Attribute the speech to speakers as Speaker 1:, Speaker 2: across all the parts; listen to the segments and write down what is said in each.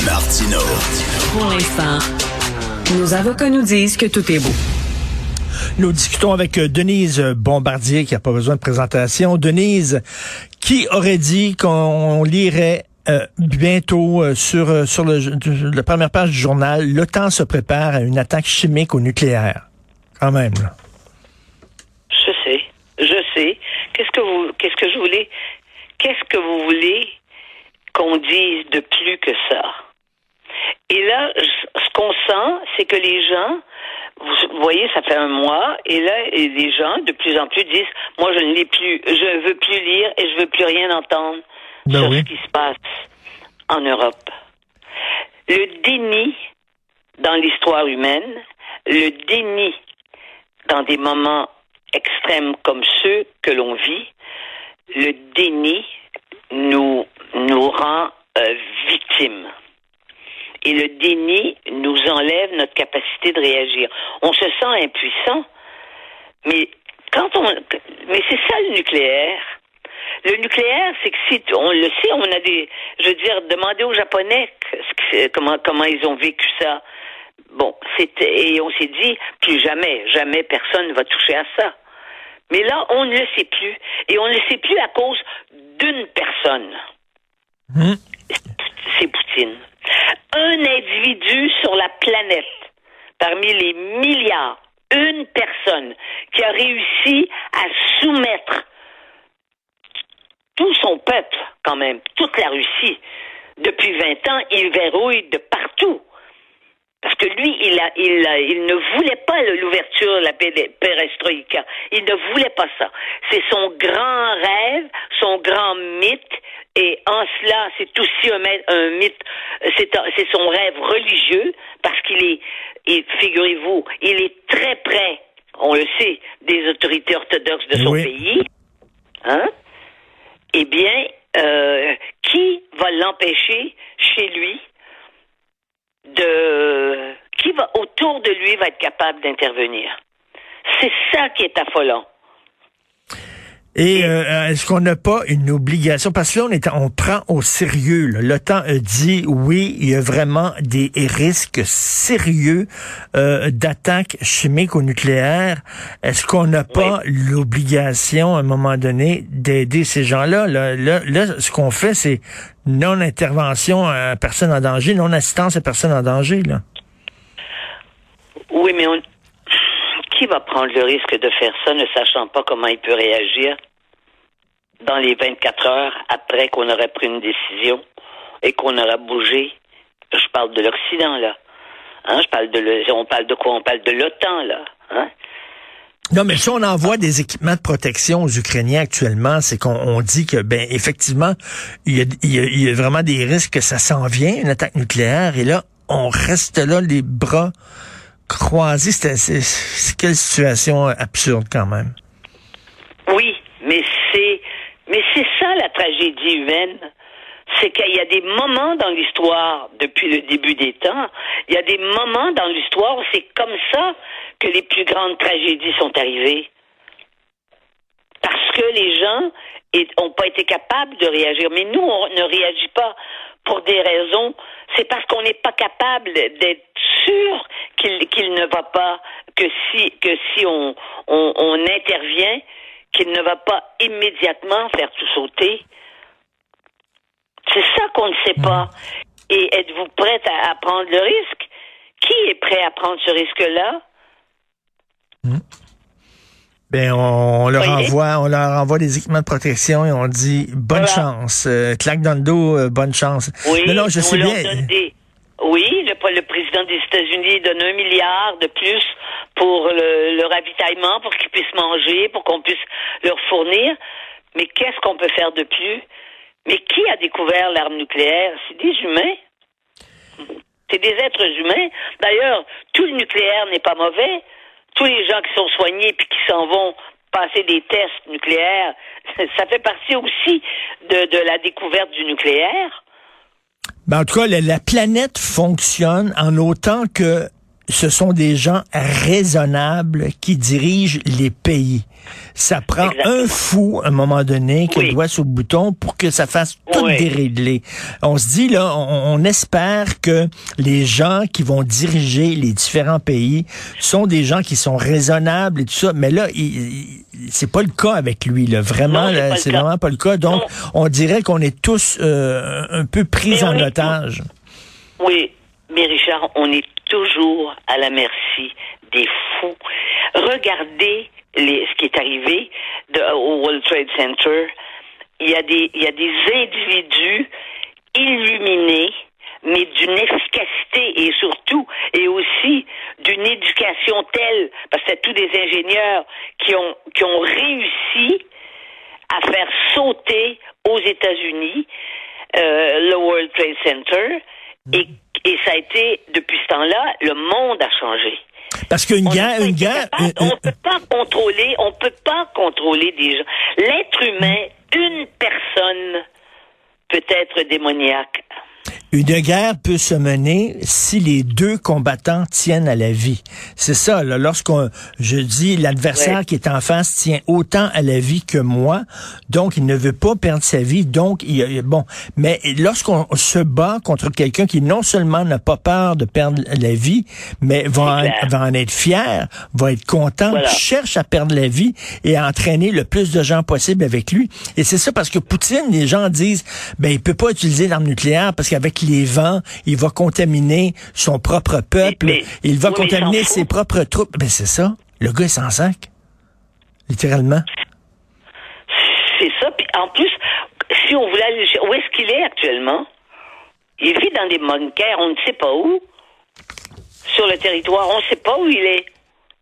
Speaker 1: Martino.
Speaker 2: Pour l'instant, nos avocats nous disent que tout est beau.
Speaker 3: Nous discutons avec Denise Bombardier, qui n'a pas besoin de présentation. Denise, qui aurait dit qu'on lirait bientôt sur la première page du journal, l'OTAN se prépare à une attaque chimique au nucléaire? Quand même, là.
Speaker 4: Je sais. Qu'est-ce que vous voulez qu'on dise de plus que ça? Et là, ce qu'on sent, c'est que les gens, vous voyez, ça fait un mois, et là, les gens, de plus en plus, disent, moi, je ne lis plus, je veux plus lire et je veux plus rien entendre sur ce qui se passe en Europe. Le déni dans l'histoire humaine, le déni dans des moments extrêmes comme ceux que l'on vit, le déni nous rend victimes. Et le déni nous enlève notre capacité de réagir. On se sent impuissant, mais mais c'est ça le nucléaire. Le nucléaire, c'est que si on le sait, on a demandez aux Japonais comment ils ont vécu ça. Bon, et on s'est dit, jamais personne ne va toucher à ça. Mais là, on ne le sait plus. Et on ne le sait plus à cause d'une personne. C'est Poutine. Un individu sur la planète, parmi les milliards, une personne qui a réussi à soumettre tout son peuple, quand même, toute la Russie. Depuis 20 ans, il verrouille de partout. Parce que lui, il ne voulait pas l'ouverture, la perestroïka. Il ne voulait pas ça. C'est son grand rêve, son grand mythe. Et en cela, c'est aussi un mythe. C'est son rêve religieux, parce figurez-vous, il est très près, on le sait, des autorités orthodoxes de son pays. Hein? Eh bien, qui va l'empêcher chez lui qui va autour de lui va être capable d'intervenir? C'est ça qui est affolant.
Speaker 3: Et est-ce qu'on n'a pas une obligation? Parce que là, on prend au sérieux. Là. L'OTAN a dit, oui, il y a vraiment des risques sérieux d'attaque chimique au nucléaire. Est-ce qu'on n'a pas l'obligation, à un moment donné, d'aider ces gens-là? Là, ce qu'on fait, c'est non-intervention à personne en danger, non-assistance à personne en danger. Là.
Speaker 4: Oui, mais qui va prendre le risque de faire ça, ne sachant pas comment il peut réagir dans les 24 heures après qu'on aurait pris une décision et qu'on aura bougé? Je parle de l'Occident, là. Hein? On parle de quoi? On parle de l'OTAN, là. Hein?
Speaker 3: Non, mais si on envoie des équipements de protection aux Ukrainiens actuellement, c'est qu'on dit que, effectivement, il y a vraiment des risques que ça s'en vient, une attaque nucléaire, et là, on reste là, les bras croisés. C'est quelle situation absurde, quand même. Oui,
Speaker 4: mais c'est ça, la tragédie humaine. C'est qu'il y a des moments dans l'histoire, depuis le début des temps, il y a des moments dans l'histoire où c'est comme ça que les plus grandes tragédies sont arrivées. Parce que les gens n'ont pas été capables de réagir. Mais nous, on ne réagit pas pour des raisons. C'est parce qu'on n'est pas capable d'être sûr qu'il ne va pas, que si on intervient, qu'il ne va pas immédiatement faire tout sauter. C'est ça qu'on ne sait pas. Et êtes-vous prête à prendre le risque? Qui est prêt à prendre ce risque-là?
Speaker 3: On leur envoie des équipements de protection et on dit bonne chance. Claque dans le dos, bonne chance.
Speaker 4: Oui,
Speaker 3: non, je sais bien.
Speaker 4: Oui, le président des États-Unis donne 1 milliard de plus pour le ravitaillement, pour qu'ils puissent manger, pour qu'on puisse leur fournir. Mais qu'est-ce qu'on peut faire de plus? Mais qui a découvert l'arme nucléaire? C'est des humains. C'est des êtres humains. D'ailleurs, tout le nucléaire n'est pas mauvais. Tous les gens qui sont soignés puis qui s'en vont passer des tests nucléaires, ça fait partie aussi de la découverte du nucléaire.
Speaker 3: En tout cas, la planète fonctionne en autant que ce sont des gens raisonnables qui dirigent les pays. Ça prend un fou, à un moment donné, qui a le doigt sur le bouton pour que ça fasse tout dérégler. On se dit, là, on espère que les gens qui vont diriger les différents pays sont des gens qui sont raisonnables et tout ça. Mais là, c'est pas le cas avec lui, là. Vraiment, c'est vraiment pas le cas. Donc, on dirait qu'on est tous un peu pris en otage.
Speaker 4: Oui, mais Richard, on est toujours à la merci des fous. Regardez ce qui est arrivé au World Trade Center. Il y a des individus illuminés, mais d'une efficacité et surtout, et aussi d'une éducation telle, parce que c'est tous des ingénieurs qui ont réussi à faire sauter aux États-Unis le World Trade Center, et ça a été, depuis ce temps-là, le monde a changé.
Speaker 3: Parce qu'une guerre,
Speaker 4: on peut pas contrôler des gens. L'être humain, une personne peut être démoniaque.
Speaker 3: Une guerre peut se mener si les deux combattants tiennent à la vie. C'est ça, là, je dis, l'adversaire qui est en face tient autant à la vie que moi, donc il ne veut pas perdre sa vie, donc mais lorsqu'on se bat contre quelqu'un qui non seulement n'a pas peur de perdre la vie, mais va en être fier, va être content, cherche à perdre la vie et à entraîner le plus de gens possible avec lui. Et c'est ça, parce que Poutine, les gens disent, il peut pas utiliser l'arme nucléaire parce qu'avec les vents, il va contaminer son propre peuple, il va contaminer ses propres troupes. Ben c'est ça, le gars est sans sac, littéralement.
Speaker 4: C'est ça, puis en plus, si on voulait aller, où est-ce qu'il est actuellement? Il vit dans des bunkers, on ne sait pas où, sur le territoire, on ne sait pas où il est.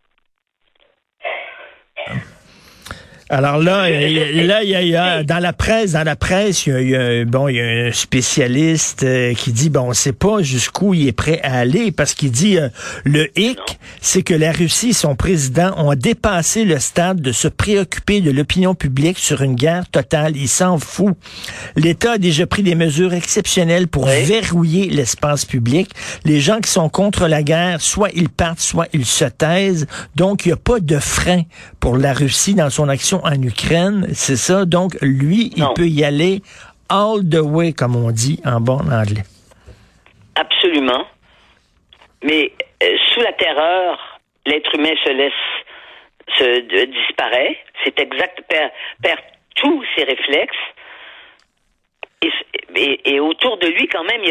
Speaker 3: Alors là, il y a dans la presse, il y a un spécialiste qui dit on sait pas jusqu'où il est prêt à aller, parce qu'il dit le hic, c'est que la Russie et son président ont dépassé le stade de se préoccuper de l'opinion publique sur une guerre totale. Il s'en fout. L'État a déjà pris des mesures exceptionnelles pour verrouiller l'espace public. Les gens qui sont contre la guerre, soit ils partent, soit ils se taisent. Donc, il n'y a pas de frein pour la Russie dans son action en Ukraine, c'est ça. Donc, lui, il peut y aller all the way, comme on dit en bon anglais.
Speaker 4: Absolument. Mais sous la terreur, l'être humain disparaît. C'est exact, perd tous ses réflexes. Et autour de lui, quand même, il y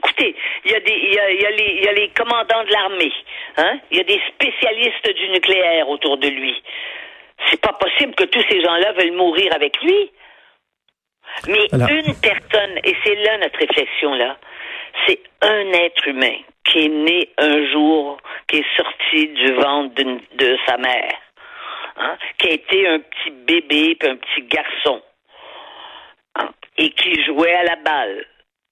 Speaker 4: a les commandants de l'armée. Hein? Il y a des spécialistes du nucléaire autour de lui. C'est pas possible que tous ces gens-là veulent mourir avec lui. Mais une personne, et c'est là notre réflexion là, c'est un être humain qui est né un jour, qui est sorti du ventre de sa mère, hein, qui a été un petit bébé puis un petit garçon, hein, et qui jouait à la balle.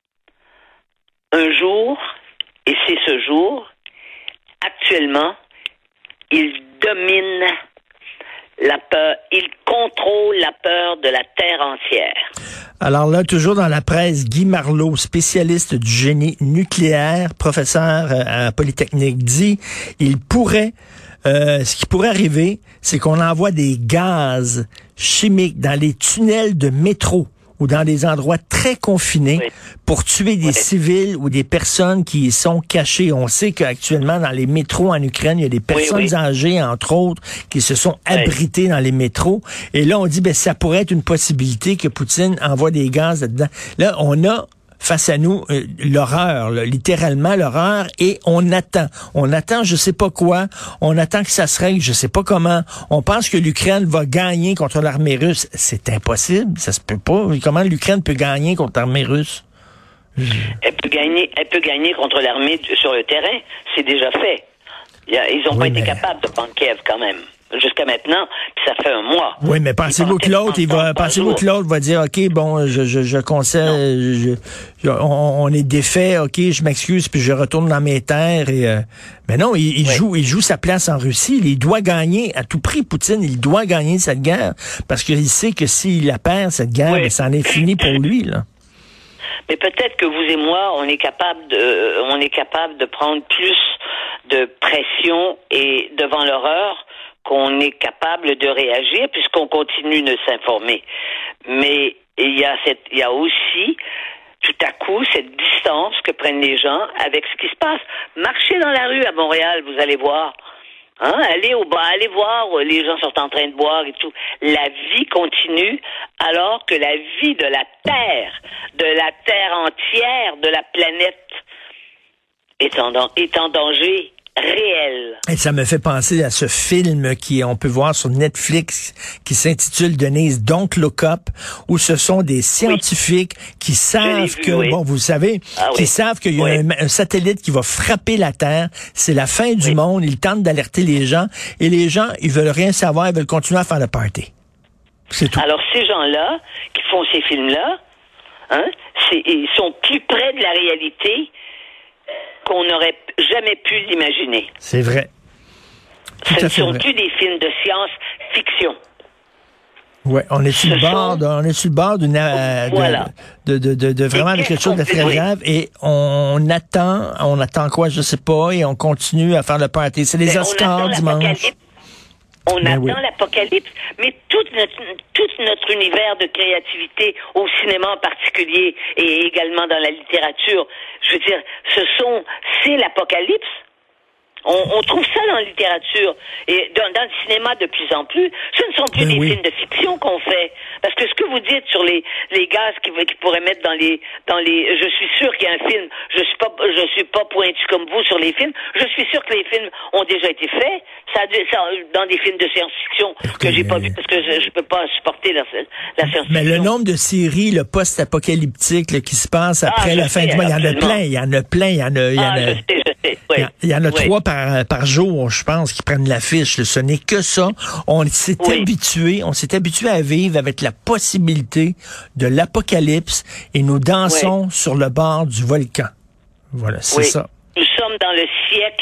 Speaker 4: Un jour, et c'est ce jour, actuellement, il domine la peur, il contrôle la peur de la terre entière.
Speaker 3: Alors là, toujours dans la presse, Guy Marleau, spécialiste du génie nucléaire, professeur à Polytechnique, dit ce qui pourrait arriver, c'est qu'on envoie des gaz chimiques dans les tunnels de métro ou dans des endroits très confinés pour tuer des civils ou des personnes qui y sont cachées. On sait qu'actuellement, dans les métros en Ukraine, il y a des personnes âgées, entre autres, qui se sont abritées dans les métros. Et là, on dit, ça pourrait être une possibilité que Poutine envoie des gaz là-dedans. Là, on a face à nous l'horreur, littéralement l'horreur, et on attend je sais pas quoi, on attend que ça se règle, je sais pas comment, on pense que l'Ukraine va gagner contre l'armée russe, c'est impossible, ça se peut pas, comment l'Ukraine peut gagner contre l'armée russe?
Speaker 4: Elle peut gagner contre l'armée sur le terrain, c'est déjà fait. Ils ont pas été capables de prendre Kiev quand même. Jusqu'à maintenant, puis ça fait un mois.
Speaker 3: Oui, mais pensez-vous que l'autre va dire, OK, bon, je conseille, on est défait, OK, je m'excuse, puis je retourne dans mes terres. Mais non, il joue sa place en Russie. Il doit gagner à tout prix, Poutine. Il doit gagner cette guerre parce qu'il sait que s'il la perd, cette guerre, ça en est fini pour lui, là.
Speaker 4: Mais peut-être que vous et moi, on est capable de prendre plus de pression et devant l'horreur qu'on est capable de réagir puisqu'on continue de s'informer. Mais il y a aussi tout à coup cette distance que prennent les gens avec ce qui se passe. Marchez dans la rue à Montréal, vous allez voir. Allez au bar, allez voir, les gens sont en train de boire et tout. La vie continue alors que la vie de la Terre entière, de la planète est en danger réel.
Speaker 3: Et ça me fait penser à ce film on peut voir sur Netflix qui s'intitule Denise Don't Look Up, où ce sont des scientifiques qui savent bon, vous savez, savent qu'il y a un satellite qui va frapper la Terre. C'est la fin du monde. Ils tentent d'alerter les gens et les gens, ils veulent rien savoir. Ils veulent continuer à faire le party. C'est tout.
Speaker 4: Alors, ces gens-là qui font ces films-là, ils sont plus près de la réalité qu'on n'aurait jamais pu l'imaginer.
Speaker 3: C'est vrai.
Speaker 4: Ce ne sont plus des films de science-fiction.
Speaker 3: Ouais, on est sur le bord d'une de vraiment quelque chose de très grave et on attend quoi, je sais pas, et on continue à faire le party. C'est les Oscars dimanche.
Speaker 4: On attend l'apocalypse, mais tout notre univers de créativité, au cinéma en particulier, et également dans la littérature, je veux dire, c'est l'apocalypse. On trouve ça dans la littérature et dans le cinéma de plus en plus. Ce ne sont plus des films de fiction qu'on fait, parce que ce que vous dites sur les gaz qu'ils pourraient mettre dans les, je suis sûr qu'il y a un film. Je suis pas pointu comme vous sur les films. Je suis sûr que les films ont déjà été faits. Ça dans des films de science-fiction que j'ai pas vu parce que je peux pas supporter la science-fiction.
Speaker 3: Mais le nombre de séries, le post-apocalyptique qui se passe après la fin du mois, il y en a plein. Il y en a 3 par jour, je pense, qui prennent l'affiche. Ce n'est que ça. On s'est habitué à vivre avec la possibilité de l'apocalypse et nous dansons sur le bord du volcan. Voilà, c'est ça.
Speaker 4: Nous sommes dans le siècle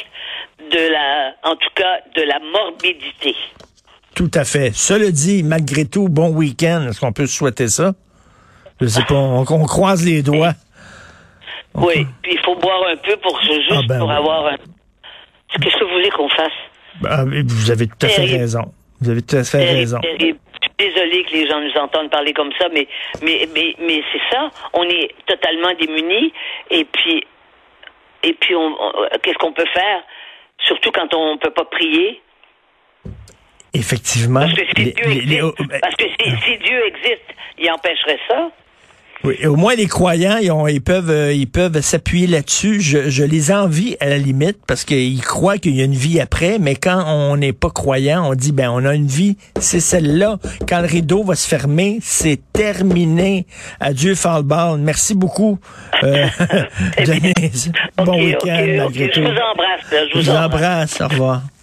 Speaker 4: de la morbidité.
Speaker 3: Tout à fait. Cela dit, malgré tout, bon week-end. Est-ce qu'on peut souhaiter ça? Je sais pas, on croise les doigts.
Speaker 4: Oui, puis il faut boire un peu pour avoir un... Qu'est-ce que vous voulez qu'on fasse?
Speaker 3: Vous avez tout à fait raison. Vous avez tout à fait raison.
Speaker 4: Je suis désolé que les gens nous entendent parler comme ça, mais c'est ça. On est totalement démunis. Et puis qu'est-ce qu'on peut faire? Surtout quand on peut pas prier.
Speaker 3: Effectivement.
Speaker 4: Parce que si Dieu existe, il empêcherait ça.
Speaker 3: Oui, au moins les croyants, ils peuvent s'appuyer là-dessus. Je les envie à la limite parce qu'ils croient qu'il y a une vie après, mais quand on n'est pas croyant, on dit on a une vie, c'est celle-là. Quand le rideau va se fermer, c'est terminé. Adieu Fallball. Merci beaucoup, Denise. Bon week-end malgré tout.
Speaker 4: Je vous embrasse.
Speaker 3: Je vous embrasse. Au revoir.